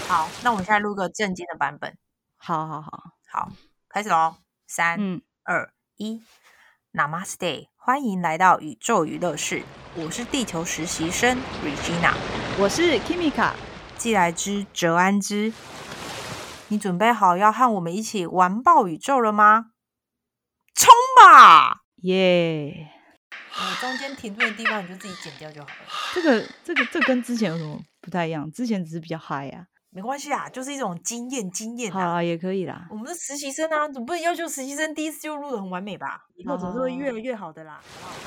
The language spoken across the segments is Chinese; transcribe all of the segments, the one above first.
好，那我们现在录个正经的版本。 好， 好，开始咯。3、2、1 Namaste， 欢迎来到宇宙娱乐室，我是地球实习生 Regina， 我是 Kimika， 既来之则安之。你准备好要和我们一起玩爆宇宙了吗？冲吧！ 耶！ 中间停顿的地方你就自己剪掉就好了。 这跟之前有什么不太一样？之前只是比较嗨啊。 没关系啊，就是一种经验好啦，也可以啦。 我们是实习生啊，总不能要求实习生第一次就录得很完美吧？以后总是会越来越好的啦，好不好？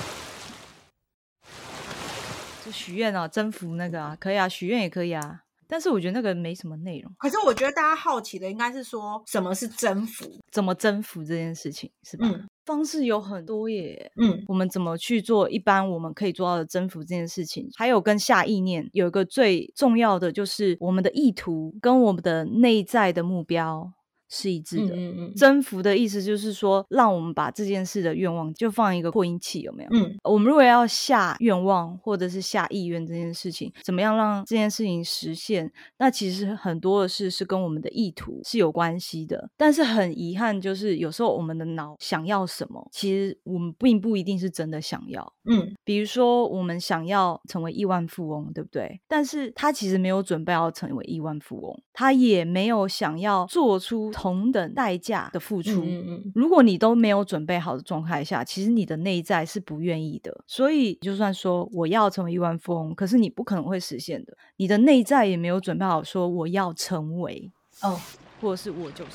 就许愿啊，征服那个啊，可以啊，许愿也可以啊。但是我觉得那个没什么内容。 可是我觉得大家好奇的应该是说什么是征服， 怎么征服这件事情，是吧？方式有很多耶。我们怎么去做一般我们可以做到的征服这件事情，还有跟下意念有一个最重要的，就是我们的意图跟我们的内在的目标是一致的。征服的意思就是说，让我们把这件事的愿望就放一个扩音器，有没有？我们如果要下愿望或者是下意愿这件事情，怎么样让这件事情实现？那其实很多的事是跟我们的意图是有关系的。但是很遗憾，就是有时候我们的脑想要什么，其实我们并不一定是真的想要。比如说我们想要成为亿万富翁，对不对？但是他其实没有准备要成为亿万富翁，他也没有想要做出同等代价的付出。如果你都没有准备好的状态下，其实你的内在是不愿意的。所以就算说我要成为亿万富翁，可是你不可能会实现的。你的内在也没有准备好说我要成为，或者是我就是。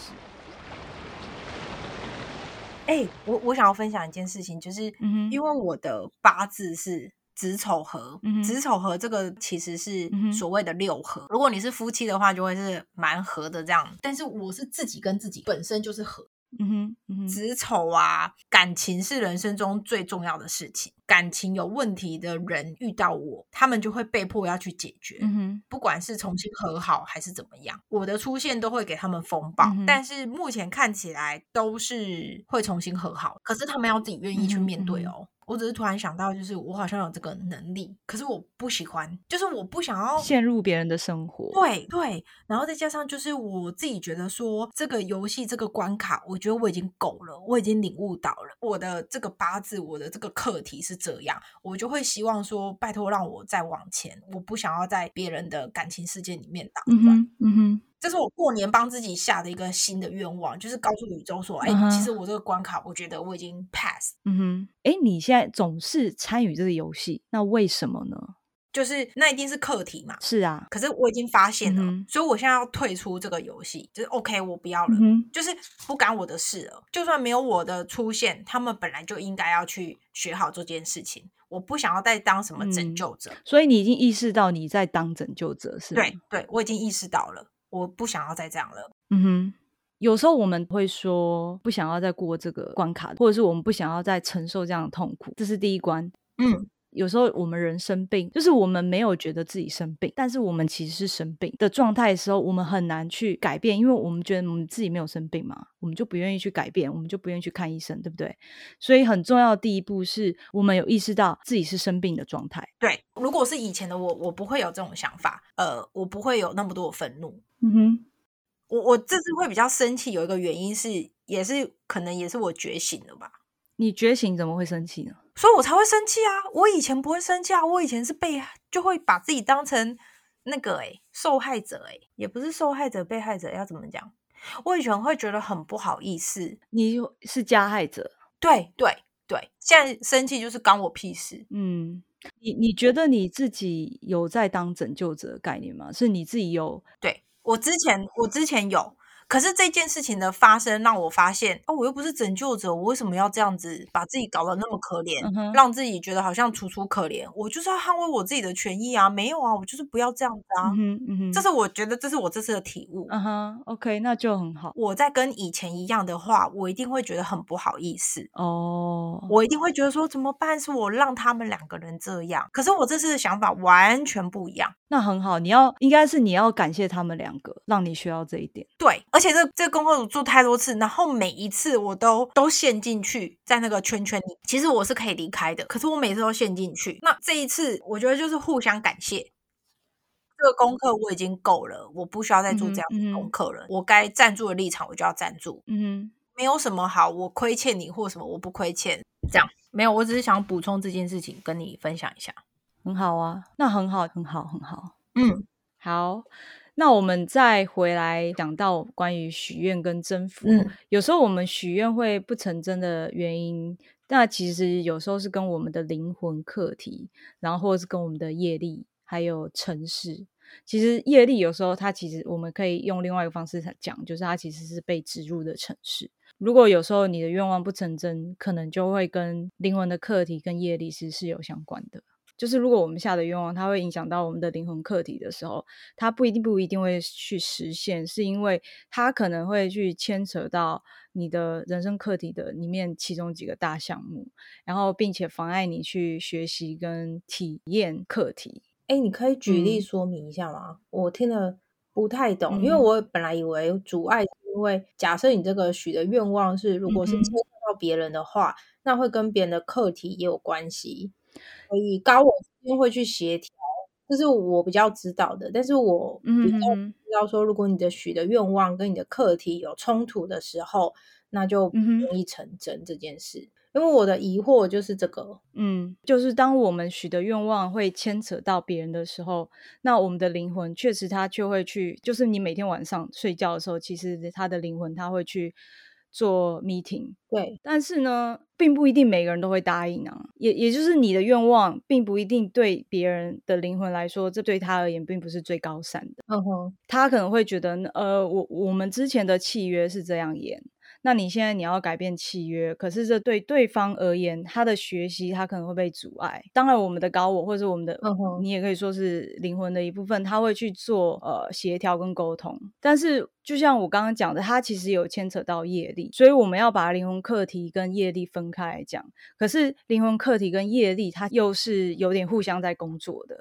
我想要分享一件事情，就是因为我的八字是子丑合，子丑合这个其实是所谓的六合。如果你是夫妻的话，就会是蛮合的这样。但是我是自己跟自己本身就是合。子丑啊，感情是人生中最重要的事情。感情有问题的人遇到我，他们就会被迫要去解决。不管是重新和好还是怎么样，我的出现都会给他们风暴。但是目前看起来都是会重新和好，可是他们要自己愿意去面对哦。我只是突然想到，就是我好像有这个能力，可是我不喜欢，就是我不想要陷入别人的生活。 对，然后再加上就是我自己觉得说，这个游戏这个关卡，我觉得我已经够了，我已经领悟到了我的这个八字，我的这个课题是这样，我就会希望说，拜托让我再往前，我不想要在别人的感情世界里面打转。这是我过年帮自己下的一个新的愿望，就是告诉宇宙说，其实我这个关卡，我觉得我已经 pass。 你现在总是参与这个游戏，那为什么呢？ 就是那一定是课题嘛。 是啊， 可是我已经发现了，所以我现在要退出这个游戏，就是 OK， 我不要了，就是不干我的事了。就算没有我的出现，他们本来就应该要去学好这件事情。我不想要再当什么拯救者。 所以你已经意识到你在当拯救者，是吗？ 对，我已经意识到了，我不想要再这样了。 有时候我们会说不想要再过这个关卡，或者是我们不想要再承受这样的痛苦，这是第一关。有时候我们人生病，就是我们没有觉得自己生病，但是我们其实是生病的状态的时候，我们很难去改变，因为我们觉得我们自己没有生病嘛，我们就不愿意去改变，我们就不愿意去看医生，对不对？所以很重要的第一步是我们有意识到自己是生病的状态。 对，如果是以前的我不会有这种想法，我不会有那么多的愤怒。我这次会比较生气，有一个原因是，可能也是我觉醒了吧。 你觉醒怎么会生气呢？ 所以我才会生气啊！我以前不会生气啊，我以前是就会把自己当成那个受害者也不是受害者，被害者要怎么讲？我以前会觉得很不好意思。 你是加害者。 对，现在生气就是干我屁事。 你觉得你自己有在当拯救者的概念吗？是你自己有？ 对，我之前有。可是这件事情的发生让我发现，我又不是拯救者，我为什么要这样子把自己搞得那么可怜，让自己觉得好像楚楚可怜？我就是要捍卫我自己的权益啊！没有啊，我就是不要这样子啊！这是我觉得这是我这次的体悟。 OK， 那就很好。 我在跟以前一样的话，我一定会觉得很不好意思我一定会觉得说怎么办？是我让他们两个人这样。可是我这次的想法完全不一样。 那很好，应该是你要感谢他们两个，让你学到这一点。 对，而且这个功课我做太多次，然后每一次我都陷进去在那个圈圈里。其实我是可以离开的，可是我每次都陷进去。那这一次我觉得就是互相感谢。 这个功课我已经够了，我不需要再做这样的功课了，我该站住的立场我就要站住，没有什么好我亏欠你或什么我不亏欠，这样没有，我只是想补充这件事情跟你分享一下。 很好啊，那很好很好很好。好，那我们再回来讲到关于许愿跟征服。有时候我们许愿会不成真的原因，那其实有时候是跟我们的灵魂课题，然后或者是跟我们的业力还有程式。其实业力有时候它其实我们可以用另外一个方式讲，就是它其实是被植入的程式。如果有时候你的愿望不成真，可能就会跟灵魂的课题跟业力是有相关的。就是如果我们下的愿望它会影响到我们的灵魂课题的时候，它不一定会去实现，是因为它可能会去牵扯到你的人生课题的里面其中几个大项目，然后并且妨碍你去学习跟体验课题。 你可以举例说明一下吗？我听得不太懂，因为我本来以为阻碍是因为假设你这个许的愿望是如果是牵涉到别人的话，那会跟别人的课题也有关系，所以高我之间会去协调，这是我比较知道的。但是我比较知道说，如果你的许的愿望跟你的课题有冲突的时候，那就不容易成真这件事。因为我的疑惑就是这个， 就是当我们许的愿望会牵扯到别人的时候，那我们的灵魂确实它就会去，就是你每天晚上睡觉的时候，其实他的灵魂他会去做 meeting， 对， 但是呢，并不一定每个人都会答应啊，也就是你的愿望并不一定对别人的灵魂来说，这对他而言并不是最高善的。他可能会觉得，我们之前的契约是这样演。那你现在你要改变契约，可是这对对方而言，他的学习他可能会被阻碍。当然我们的高我或者是我们的你也可以说是灵魂的一部分，他会去做协调跟沟通。但是就像我刚刚讲的，它其实有牵扯到业力，所以我们要把灵魂课题跟业力分开来讲。可是灵魂课题跟业力它又是有点互相在工作的。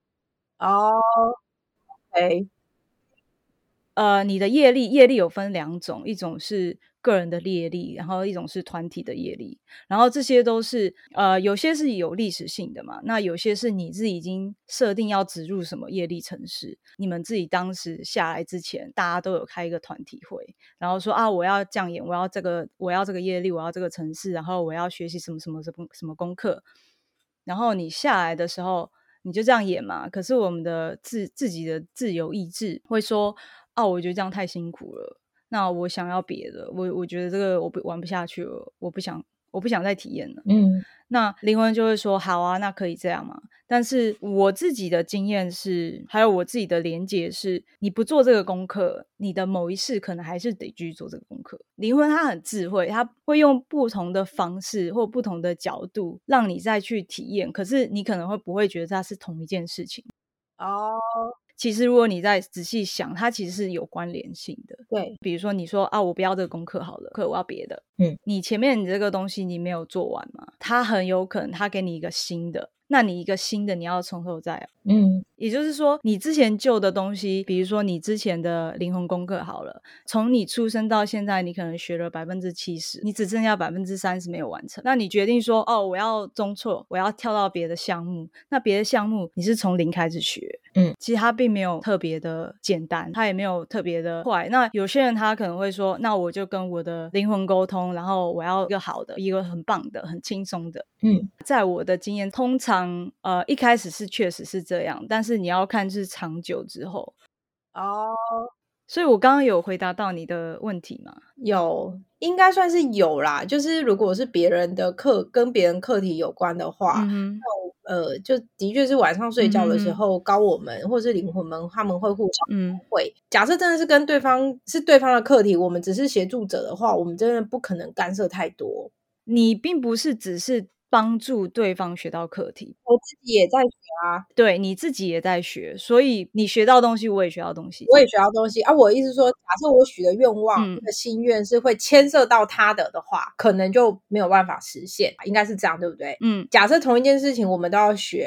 OK， 你的业力有分两种，一种是个人的业力，然后一种是团体的业力，然后这些都是有些是有历史性的嘛，那有些是你自己已经设定要植入什么业力程式，你们自己当时下来之前大家都有开一个团体会，然后说我要这样演，我要这个业力，我要这个程式，然后我要学习什么什么什么功课，然后你下来的时候你就这样演嘛，可是我们的自己的自由意志会说我觉得这样太辛苦了，那我想要别的，我觉得这个我玩不下去了，我不想再体验了。那灵魂就会说好啊，那可以这样嘛。但是我自己的经验是，还有我自己的连结是，你不做这个功课，你的某一世可能还是得继续做这个功课。灵魂它很智慧，它会用不同的方式或不同的角度让你再去体验，可是你可能会不会觉得它是同一件事情。其实如果你再仔细想，它其实是有关联性的。 对， 比如说你说我不要这个功课好了，我要别的。你前面你这个东西你没有做完嘛，它很有可能它给你一个新的，那你一个新的你要从头再来。也就是说你之前旧的东西，比如说你之前的灵魂功课好了，从你出生到现在你可能学了 70%， 你只剩下 30% 没有完成，那你决定说我要中辍，我要跳到别的项目，那别的项目你是从零开始学。其实它并没有特别的简单，它也没有特别的快。那有些人他可能会说，那我就跟我的灵魂沟通，然后我要一个好的，一个很棒的，很轻松的。在我的经验通常一开始是确实是这样，但是你要看是长久之后。所以我刚刚有回答到你的问题吗？ 有，应该算是有啦。就是如果是别人的跟别人课题有关的话，那就的确是晚上睡觉的时候，高我们或是灵魂们他们会互相会。假设真的是跟对方的课题，我们只是协助者的话，我们真的不可能干涉太多。 你并不是只是帮助对方学到课题， 我自己也在学啊。 对，你自己也在学，所以你学到东西，我也学到东西。 我也学到东西啊！我的意思说，假设我许的愿望、这个心愿是会牵涉到他的话，可能就没有办法实现，应该是这样，对不对？假设同一件事情我们都要学，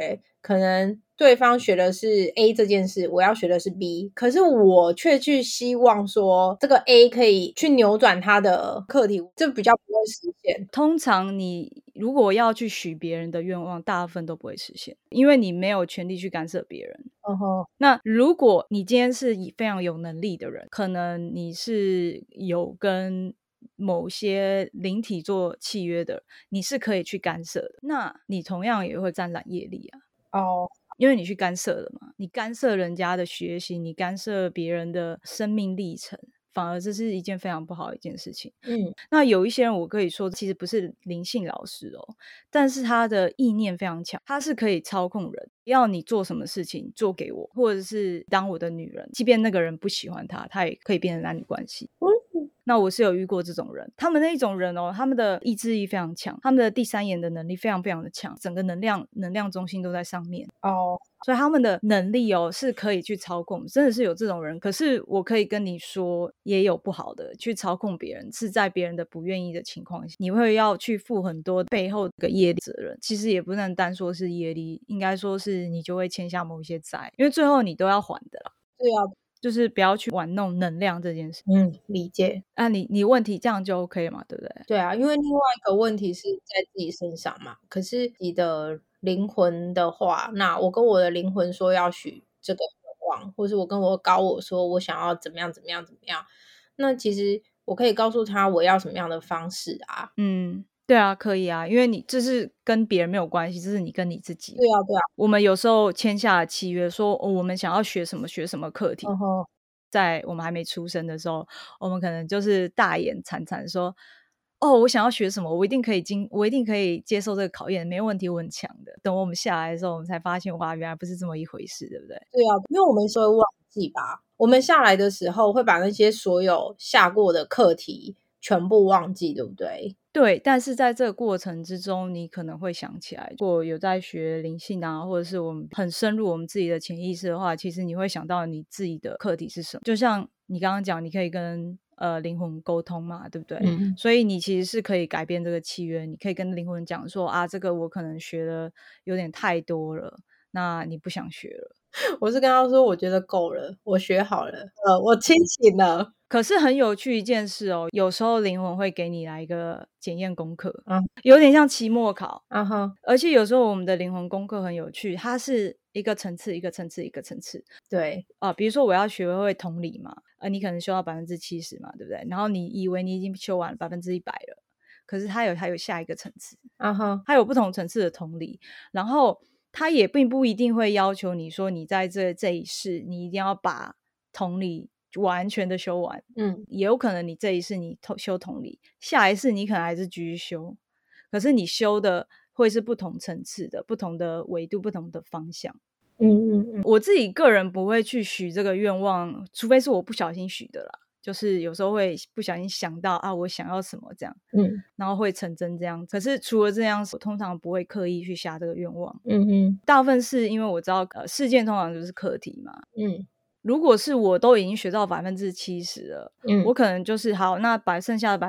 可能对方学的是 A 这件事，我要学的是 B， 可是我却去希望说这个 A 可以去扭转他的课题，这比较不会实现。 通常你如果要去许别人的愿望，大部分都不会实现，因为你没有权利去干涉别人。那如果你今天是非常有能力的人，可能你是有跟某些灵体做契约的，你是可以去干涉的，那你同样也会沾染业力啊。因为你去干涉了嘛，你干涉人家的学习，你干涉别人的生命历程，反而这是一件非常不好的一件事情。那有一些人我可以说其实不是灵性老师哦，但是他的意念非常强，他是可以操控人，要你做什么事情做给我，或者是当我的女人，即便那个人不喜欢他，他也可以变成男女关系。那我是有遇过这种人，他们那一种人哦，他们的意志力非常强，他们的第三眼的能力非常非常的强，整个能量中心都在上面所以他们的能力哦是可以去操控，真的是有这种人。可是我可以跟你说，也有不好的，去操控别人是在别人的不愿意的情况下，你会要去负很多背后的业力责任。其实也不能单说是业力，应该说是你就会欠下某一些债，因为最后你都要还的啦。 对啊， 就是不要去玩弄能量这件事。 理解。 你问题这样就 OK 了嘛，对不对？ 对啊，因为另外一个问题是在自己身上嘛。可是你的灵魂的话，那我跟我的灵魂说要许这个愿望，或是我跟我高我说我想要怎么样怎么样怎么样，那其实我可以告诉他我要什么样的方式啊。 对啊，可以啊，因为你这是跟别人没有关系，这是你跟你自己。 对啊，对啊。 我们有时候签下了契约说我们想要学什么课题，在我们还没出生的时候，我们可能就是大言惨惨说我想要学什么，我一定可以接受这个考验，没问题，我很强的。等我们下来的时候，我们才发现哇，原来不是这么一回事，对不对？ 对啊，因为我们说会忘记吧，我们下来的时候会把那些所有下过的课题全部忘记，对不对？ 对，但是在这个过程之中，你可能会想起来，如果有在学灵性啊，或者是我们很深入我们自己的潜意识的话，其实你会想到你自己的课题是什么。就像你刚刚讲，你可以跟灵魂沟通嘛，对不对？所以你其实是可以改变这个契约，你可以跟灵魂讲说啊，这个我可能学的有点太多了，那你不想学了。 我是跟他说我觉得够了，我学好了，我清醒了。 可是很有趣一件事哦，有时候灵魂会给你来一个检验功课，有点像期末考，而且有时候我们的灵魂功课很有趣，它是一个层次一个层次一个层次。 对比如说我要学会同理嘛，你可能修到70%嘛，对不对？然后你以为你已经修完100%了，可是它有下一个层次，它有不同层次的同理，然后它也并不一定会要求你说你在这一世你一定要把同理完全的修完，也有可能你这一世你修同理，下一世你可能还是继续修，可是你修的会是不同层次的、不同的维度、不同的方向。我自己个人不会去许这个愿望，除非是我不小心许的啦，就是有时候会不小心想到我想要什么这样，然后会成真这样。可是除了这样，我通常不会刻意去下这个愿望。大部分是因为我知道事件通常就是课题嘛。如果是我都已经学到70%了，我可能就是好，那剩下的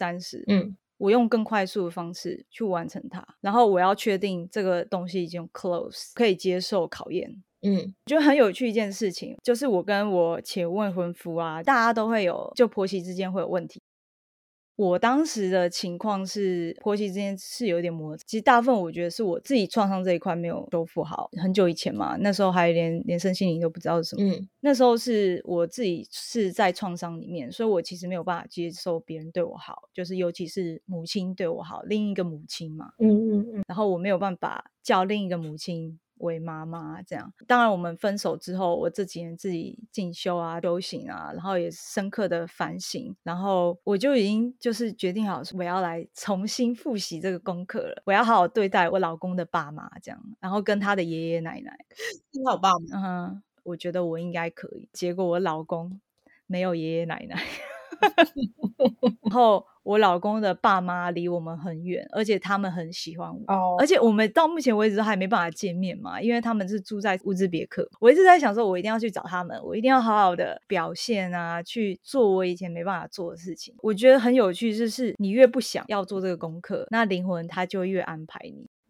30%，我用更快速的方式去完成它，然后我要确定这个东西已经 close， 可以接受考验。就很有趣一件事情，就是我跟我前未婚夫啊，大家都会有，就婆媳之间会有问题。我当时的情况是婆媳之间是有点摩擦，其实大部分我觉得是我自己创伤这一块没有修复好，很久以前嘛，那时候还连身心灵都不知道是什么。那时候是我自己是在创伤里面，所以我其实没有办法接受别人对我好，就是尤其是母亲对我好，另一个母亲嘛。然后我没有办法叫另一个母亲为妈妈这样。当然我们分手之后，我这几年自己进修啊、修行啊，然后也深刻的反省，然后我就已经就是决定好我要来重新复习这个功课了，我要好好对待我老公的爸妈这样，然后跟他的爷爷奶奶。 真的好棒吗？ 我觉得我应该可以，结果我老公没有爷爷奶奶然后我老公的爸妈离我们很远，而且他们很喜欢我，而且我们到目前为止都还没办法见面嘛，因为他们是住在乌兹别克。我一直在想说我一定要去找他们，我一定要好好的表现啊，去做我以前没办法做的事情。我觉得很有趣，就是你越不想要做这个功课，那灵魂它就越安排你。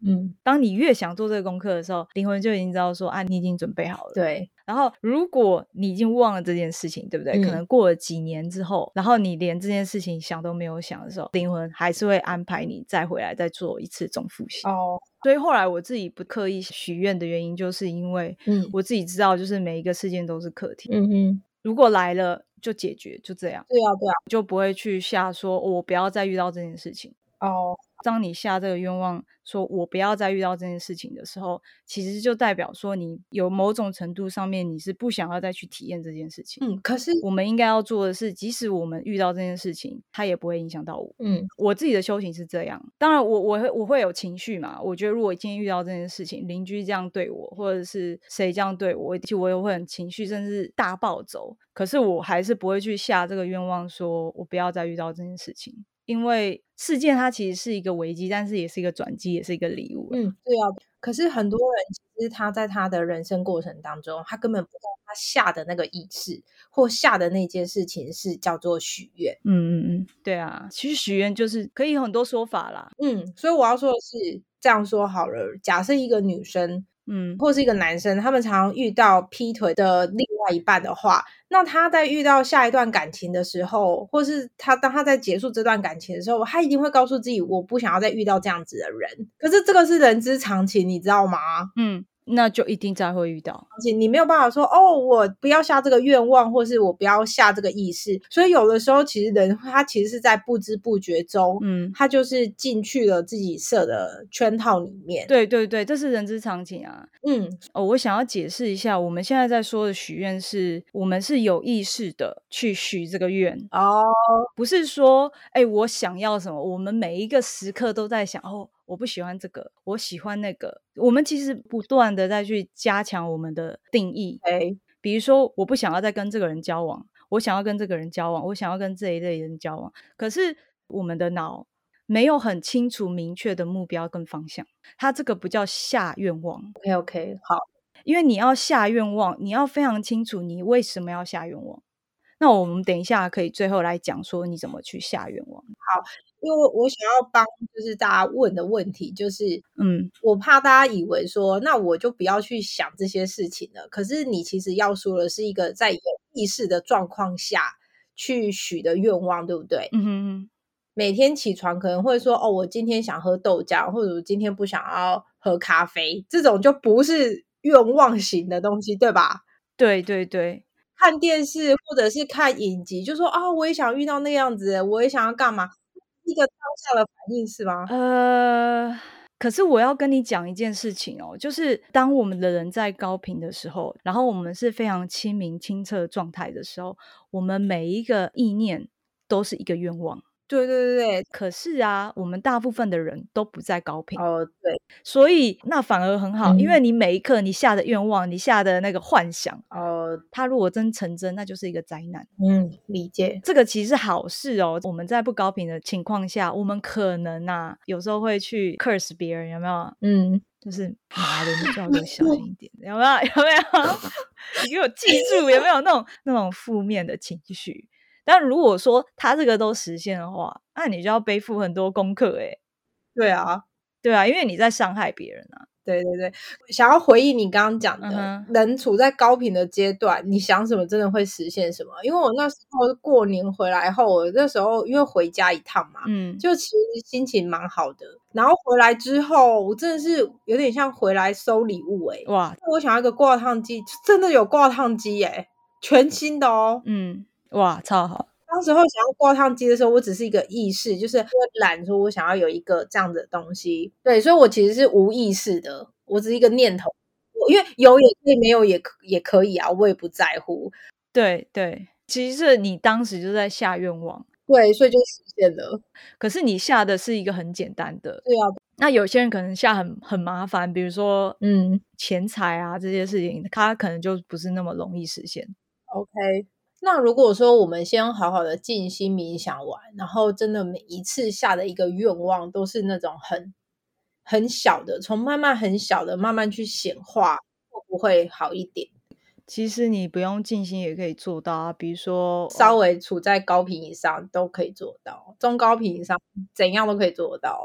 当你越想做这个功课的时候，灵魂就已经知道说啊，你已经准备好了。 对。 然后如果你已经忘了这件事情，对不对？可能过了几年之后，然后你连这件事情想都没有想的时候，灵魂还是会安排你再回来再做一次总复习。所以后来我自己不刻意许愿的原因，就是因为我自己知道，就是每一个事件都是课题。如果来了就解决，就这样。 对啊， 就不会去下说我不要再遇到这件事情。当你下这个愿望说我不要再遇到这件事情的时候，其实就代表说你有某种程度上面你是不想要再去体验这件事情。 可是我们应该要做的是，即使我们遇到这件事情，它也不会影响到我。我自己的修行是这样。当然我会有情绪嘛，我觉得如果今天遇到这件事情，邻居这样对我，或者是谁这样对我，其实我也会很情绪，甚至大暴走。可是我还是不会去下这个愿望说我不要再遇到这件事情，因为事件它其实是一个危机，但是也是一个转机，也是一个礼物。 对啊。可是很多人其实他在他的人生过程当中，他根本不知道他下的那个意识或下的那件事情是叫做许愿。 对啊，其实许愿就是可以有很多说法啦。 所以我要说的是，这样说好了，假设一个女生或是一个男生，他们常常遇到劈腿的另外一半的话，那他在遇到下一段感情的时候，或是当他在结束这段感情的时候，他一定会告诉自己，我不想要再遇到这样子的人。可是这个是人之常情，你知道吗？ 那就一定再会遇到。 你没有办法说我不要下这个愿望，或是我不要下这个意识。所以有的时候其实人他其实是在不知不觉中他就是进去了自己设的圈套里面。 对对对，这是人之常情啊。我想要解释一下，我们现在在说的许愿是我们是有意识的去许这个愿不是说我想要什么，我们每一个时刻都在想我不喜欢这个，我喜欢那个。我们其实不断的在去加强我们的定义。比如说我不想要再跟这个人交往，我想要跟这个人交往，我想要跟这一类人交往。可是我们的脑没有很清楚明确的目标跟方向，它这个不叫下愿望。 OK 好， 因为你要下愿望，你要非常清楚你为什么要下愿望。那我们等一下可以最后来讲说你怎么去下愿望。 好，因为我想要帮就是大家问的问题就是我怕大家以为说那我就不要去想这些事情了，可是你其实要说的是一个在有意识的状况下去许的愿望，对不对？每天起床可能会说我今天想喝豆浆，或者我今天不想要喝咖啡，这种就不是愿望型的东西，对吧？ 对对对， 看电视或者是看影集就说我也想遇到那样子，我也想要干嘛，一个当下的反应是吗？ 可是我要跟你讲一件事情就是当我们的人在高频的时候，然后我们是非常清明清澈状态的时候，我们每一个意念都是一个愿望。 对对对对。 可是我们大部分的人都不在高频对， 所以那反而很好，因为你每一刻你下的愿望，你下的那个幻想它如果真成真，那就是一个灾难。 理解。 这个其实是好事我们在不高频的情况下，我们可能有时候会去 curse 别人，有没有？就是妈的，你最好给我小心一点，有没有？有没有？你给我记住，有没有那种负面的情绪？但如果说他这个都实现的话，那你就要背负很多功课对啊， 对啊，因为你在伤害别人啊。 对对对，想要回应你刚刚讲的人处在高频的阶段，你想什么真的会实现什么。因为我那时候过年回来后，我那时候因为回家一趟嘛就其实心情蛮好的，然后回来之后我真的是有点像回来收礼物哇，我想要一个挂烫机，真的有挂烫机全新的哇，超好。 当时候想要挂烫机的时候，我只是一个意识，就是懒说我想要有一个这样的东西。对，所以我其实是无意识的，我只是一个念头。因为有也可以，没有也可以啊，我也不在乎。 对对，其实你当时就在下愿望。 对，所以就实现了。 可是你下的是一个很简单的。 对啊。 那有些人可能下很麻烦，比如说钱财啊这些事情，他可能就不是那么容易实现。 OK。那如果说我们先好好的静心冥想完，然后真的每一次下的一个愿望都是那种很小的，从慢慢很小的慢慢去显化，会不会好一点？ 其实你不用静心也可以做到啊，比如说稍微处在高频以上都可以做到，中高频以上怎样都可以做到。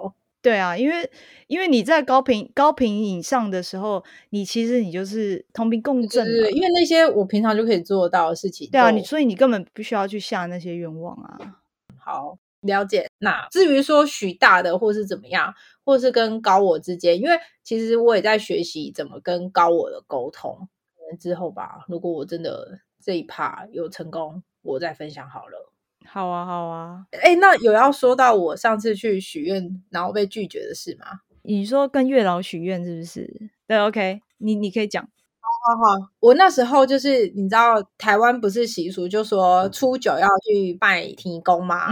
对啊，因为你在高频以上的时候，其实你就是同频共振嘛， 因为那些我平常就可以做到的事情， 对啊，所以你根本不需要去下那些愿望啊。 好，了解。那至于说许大的或是怎么样，或是跟高我之间，因为其实我也在学习怎么跟高我的沟通。可能之后吧，如果我真的这一趴有成功，我再分享好了。 好啊，好啊。 那有要说到我上次去许愿然后被拒绝的事吗？ 你说跟月老许愿是不是？对 ，OK， 你可以讲。 好，我那时候就是你知道台湾不是习俗就说初9要去拜天公吗？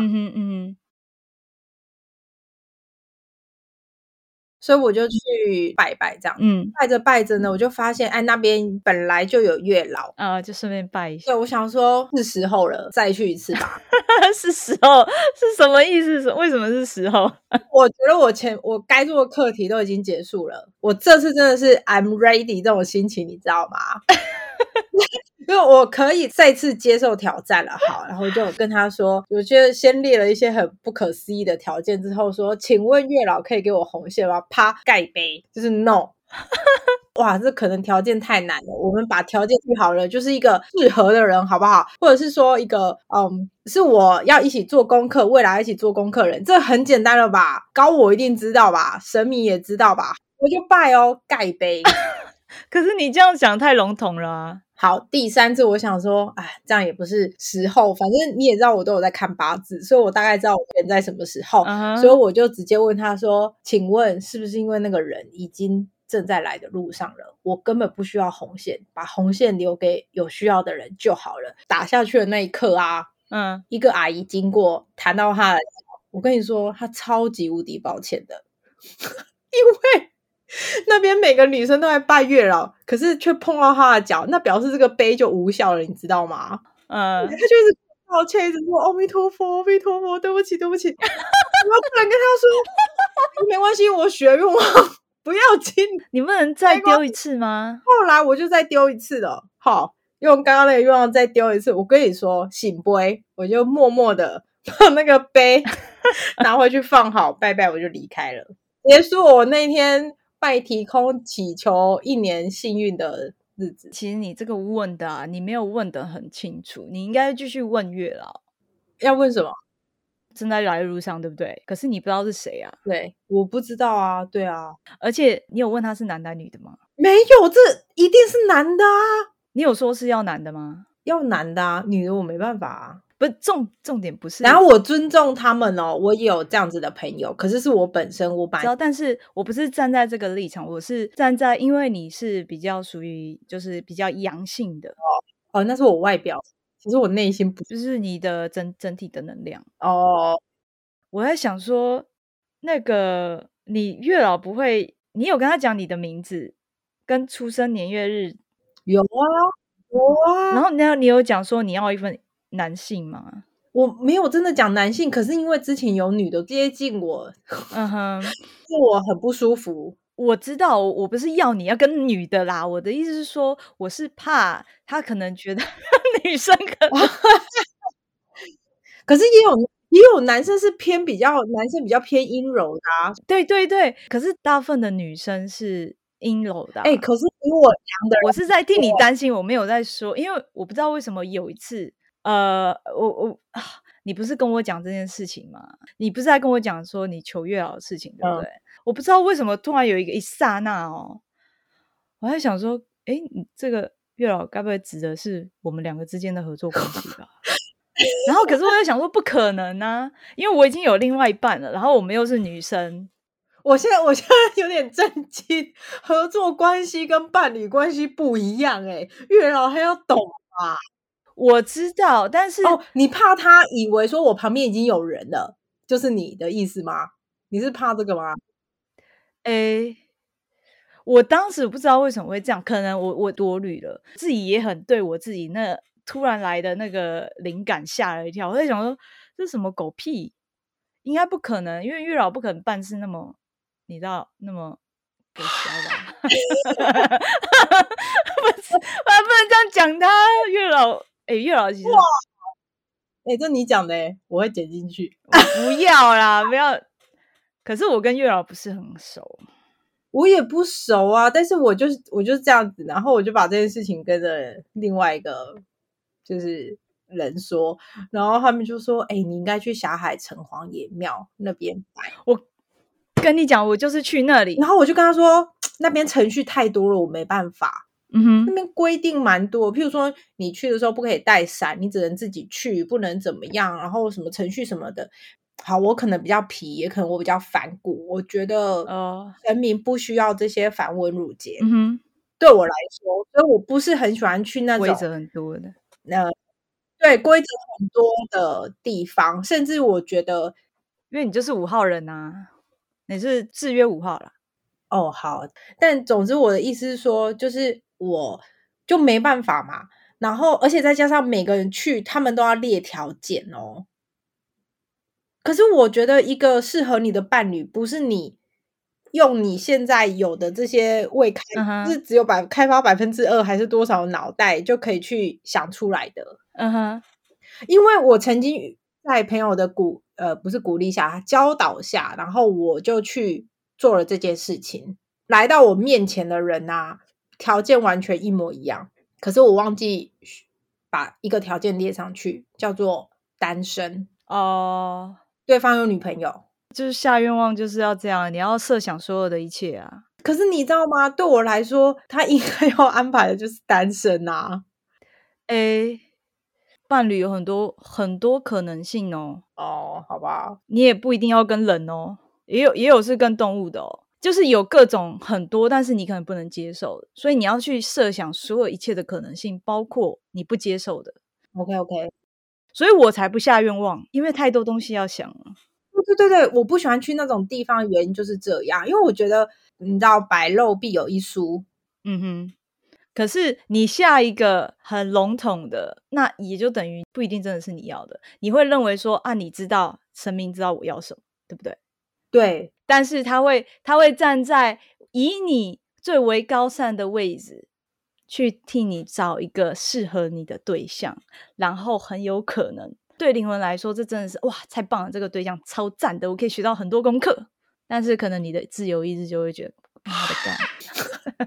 所以我就去拜拜这样，拜着拜着呢，我就发现那边本来就有月老， 就顺便拜一下。 对，我想说是时候了，再去一次吧。 是时候是什么意思？为什么是时候？ 我觉得我该做的课题都已经结束了，我这次真的是 I'm ready 这种心情，你知道吗？因为我可以再次接受挑战了，好，然后就跟他说，我觉得先列了一些很不可思议的条件之后说，请问月老可以给我红线吗？啪，盖杯，就是 no。哇，这可能条件太难了，我们把条件定好了，就是一个适合的人好不好？或者是说一个是我要一起做功课，未来一起做功课人，这很简单了吧？高我一定知道吧，神明也知道吧，我就拜哦，盖杯。 可是你这样讲太笼统了啊。 好，第3次我想说，这样也不是时候，反正你也知道我都有在看八字，所以我大概知道我人在什么时候，所以我就直接问他说，请问是不是因为那个人已经正在来的路上了，我根本不需要红线，把红线留给有需要的人就好了。打下去的那一刻一个阿姨经过弹到他的脚，我跟你说他超级无敌抱歉的因为那边每个女生都在拜月老，可是却碰到他的脚，那表示这个杯就无效了，你知道吗？他就一直抱歉，一直说阿弥陀佛，阿弥陀佛，对不起，对不起。我不能跟他说没关系，我许了愿望不要紧。 你不能再丢一次吗？ 后来我就再丢一次了，好，用刚刚那个愿望再丢一次。我跟你说，醒杯，我就默默的把那个杯拿回去放好，拜拜，我就离开了，结束我那天拜提空祈求1年幸运的日子。 其实你这个问的你没有问得很清楚，你应该继续问月老。 要问什么？ 正在来的路上，对不对？可是你不知道是谁啊？ 对，我不知道啊，对啊。 而且你有问他是男的女的吗？ 没有，这一定是男的啊。 你有说是要男的吗？ 要男的啊，女的我没办法啊。 不是重点不是。 然后我尊重他们哦，我也有这样子的朋友，可是我本身我知道，但是我不是站在这个立场，我是站在因为你是比较属于就是比较阳性的哦，那是我外表，其实我内心不就是你的整体的能量哦。 我在想说，那个你月老不会，你有跟他讲你的名字跟出生年月日？ 有啊。 然后你有讲说你要一份男性吗？ 我没有真的讲男性，可是因为之前有女的接近我，是我很不舒服。 我知道，我不是要你要跟女的啦，我的意思是说，我是怕他可能觉得女生可能可是也有男生是男生比较偏阴柔的啊。 对对对，可是大部分的女生是阴柔的可是比我强的人， 我是在替你担心，我没有在说，因为我不知道为什么有一次你不是跟我讲这件事情吗？你不是在跟我讲说你求月老的事情，对不对？我不知道为什么突然有一刹那我在想说，你这个月老该不会指的是我们两个之间的合作关系吧？然后可是我在想说不可能啊，因为我已经有另外一半了，然后我们又是女生。 我现在有点震惊，合作关系跟伴侣关系不一样月老还要懂啊。 我知道，但是你怕他以为说我旁边已经有人了，就是你的意思吗？你是怕这个吗？ 我当时不知道为什么会这样，可能我多虑了，自己也很对我自己那突然来的那个灵感吓了一跳。我在想说这是什么狗屁，应该不可能，因为月老不可能办事那么你知道那么给小吧不能这样讲他月老月老其实这你讲的我会剪进去。 不要啦，不要可是我跟月老不是很熟， 我也不熟啊，但是我就是这样子，然后我就把这件事情跟着另外一个就是人说，然后他们就说你应该去霞海城隍爷庙那边拜。 我跟你讲，我就是去那里， 然后我就跟他说那边程序太多了，我没办法。那边规定蛮多，譬如说你去的时候不可以带伞，你只能自己去，不能怎么样，然后什么程序什么的。好，我可能比较皮，也可能我比较反骨，我觉得神明不需要这些繁文缛节。对我来说，所以我不是很喜欢去那种规则很多的， 对，规则很多的地方，甚至我觉得， 因为你就是5号人啊，你是制约5号啦。 哦，好，但总之我的意思是说，就是我就没办法嘛，然后而且再加上每个人去，他们都要列条件哦。可是我觉得一个适合你的伴侣，不是你用你现在有的这些未开，就是只有开发2%还是多少脑袋就可以去想出来的。因为我曾经在朋友的不是鼓励下，教导下，然后我就去做了这件事情。来到我面前的人啊，条件完全一模一样，可是我忘记把一个条件列上去，叫做单身哦。对方有女朋友， 就是下愿望就是要这样，你要设想所有的一切啊。 可是你知道吗？对我来说，他应该要安排的就是单身啊。 伴侣有很多可能性哦。 哦，好吧， 你也不一定要跟人哦，也有是跟动物的哦，就是有各种很多，但是你可能不能接受的，所以你要去设想所有一切的可能性，包括你不接受的。 OK， 所以我才不下愿望，因为太多东西要想了。 对，我不喜欢去那种地方的原因就是这样，因为我觉得你知道百漏必有一疏。 可是你下一个很笼统的，那也就等于不一定真的是你要的，你会认为说啊，你知道神明知道我要什么，对不对？ 对， 但是他会站在以你最为高善的位置去替你找一个适合你的对象，然后很有可能对灵魂来说这真的是哇太棒了，这个对象超赞的，我可以学到很多功课，但是可能你的自由意志就会觉得妈的干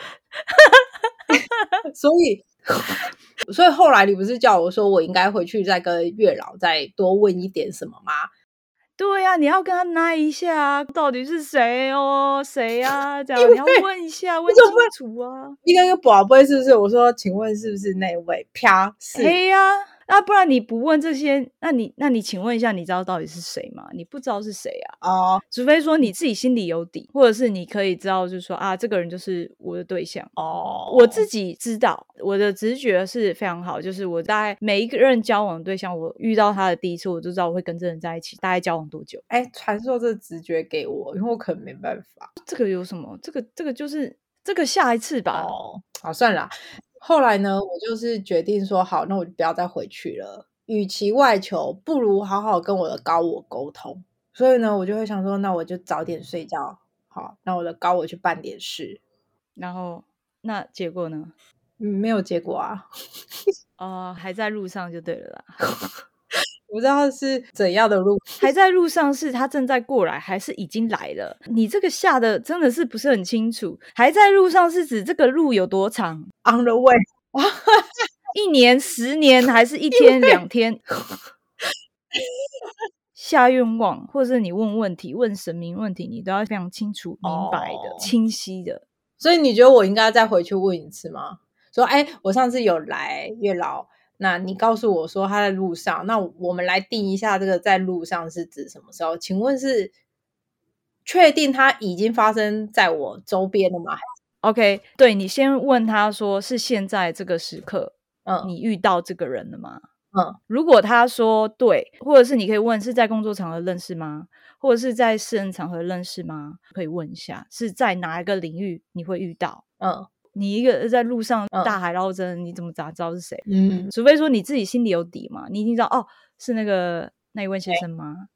所以后来你不是叫我说我应该回去再跟月老再多问一点什么吗？ 对啊，你要跟他拿一下到底是谁哦，谁啊？这样你要问一下，问清楚啊。 一个宝贝是不是？我说，请问是不是那位？啪，是。 嘿呀，不然你不问这些，那你请问一下，你知道到底是谁吗？你不知道是谁啊？哦，除非说你自己心里有底，或者是你可以知道，就是说啊，这个人就是我的对象。哦，我自己知道，我的直觉是非常好，就是我大概每一个人交往的对象，我遇到他的第一次，我就知道我会跟这人在一起，大概交往多久。 传授这直觉给我，因为我可能没办法。 这个有什么？这个就是这个下一次吧。 哦，好，算了。后来呢，我就是决定说，好，那我就不要再回去了。与其外求，不如好好跟我的高我沟通。所以呢，我就会想说，那我就早点睡觉。好，那我的高我去办点事。 然后，那结果呢？ 没有结果啊。 还在路上就对了啦。 不知道是怎样的路， 还在路上，是他正在过来，还是已经来了？你这个下的真的是不是很清楚？还在路上是指这个路有多长 ？On the way， 1年、10年，还是1天、2天？下愿望，或者是你问问题、问神明问题，你都要非常清楚、明白的、清晰的。 所以你觉得我应该再回去问一次吗？说，我上次有来月老。那你告诉我说他在路上，那我们来定一下这个在路上是指什么时候？请问是确定他已经发生在我周边了吗 ？OK， 对，你先问他说是现在这个时刻，你遇到这个人了吗？如果他说对，或者是你可以问是在工作场合认识吗？或者是在私人场合认识吗？可以问一下是在哪一个领域你会遇到？你一个在路上大海捞针，你怎么咋知道是谁？除非说你自己心里有底嘛，你一定知道哦，是那一位先生吗？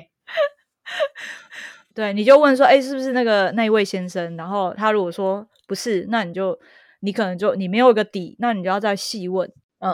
对，你就问说，是不是那一位先生？然后他如果说不是，那你可能你没有一个底，那你就要再细问。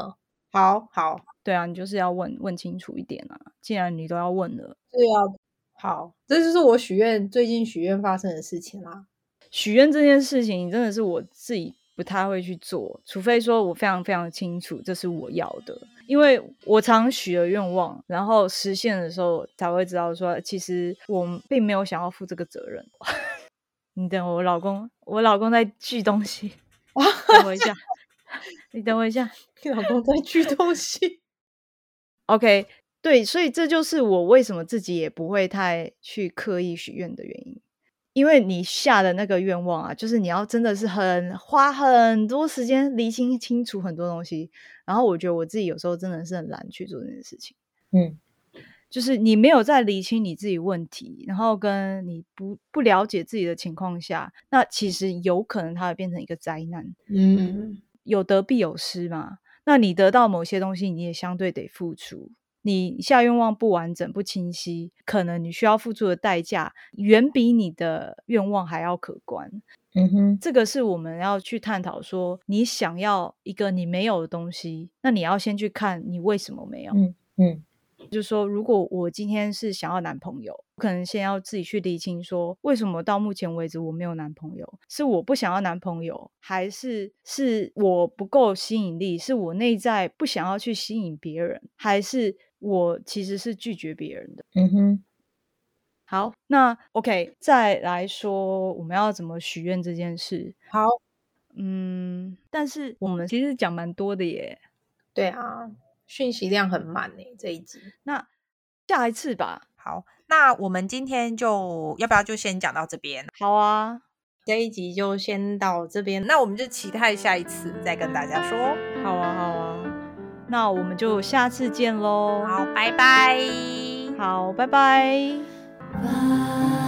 好， 对啊，你就是要问清楚一点啊。既然你都要问了， 是要好，这就是我最近许愿发生的事情啦。 许愿这件事情真的是我自己不太会去做，除非说我非常非常清楚这是我要的，因为我常许了愿望，然后实现的时候才会知道说其实我并没有想要负这个责任。你等我老公在锯东西，等我一下你等我一下， 你老公在锯东西。 OK， 对，所以这就是我为什么自己也不会太去刻意许愿的原因。因为你下的那个愿望啊，就是你要真的是花很多时间厘清楚很多东西，然后我觉得我自己有时候真的是很懒去做这件事情。就是你没有在厘清你自己问题，然后跟你不了解自己的情况下，那其实有可能它会变成一个灾难。有得必有失嘛，那你得到某些东西你也相对得付出，你下愿望不完整不清晰，可能你需要付出的代价远比你的愿望还要可观。这个是我们要去探讨说，你想要一个你没有的东西，那你要先去看你为什么没有。就是说如果我今天是想要男朋友，可能先要自己去厘清说，为什么到目前为止我没有男朋友，是我不想要男朋友，还是我不够吸引力，是我内在不想要去吸引别人，还是我其实是拒绝别人的。好，那 OK， 再来说我们要怎么许愿这件事。 好， 但是我们其实讲蛮多的耶。 对啊，讯息量很满耶，这一集。 那下一次吧。 好，那我们今天要不要就先讲到这边？ 好啊， 这一集就先到这边，那我们就期待下一次再跟大家说。 好啊，那我们就下次见咯。 好，拜拜。 好，拜拜。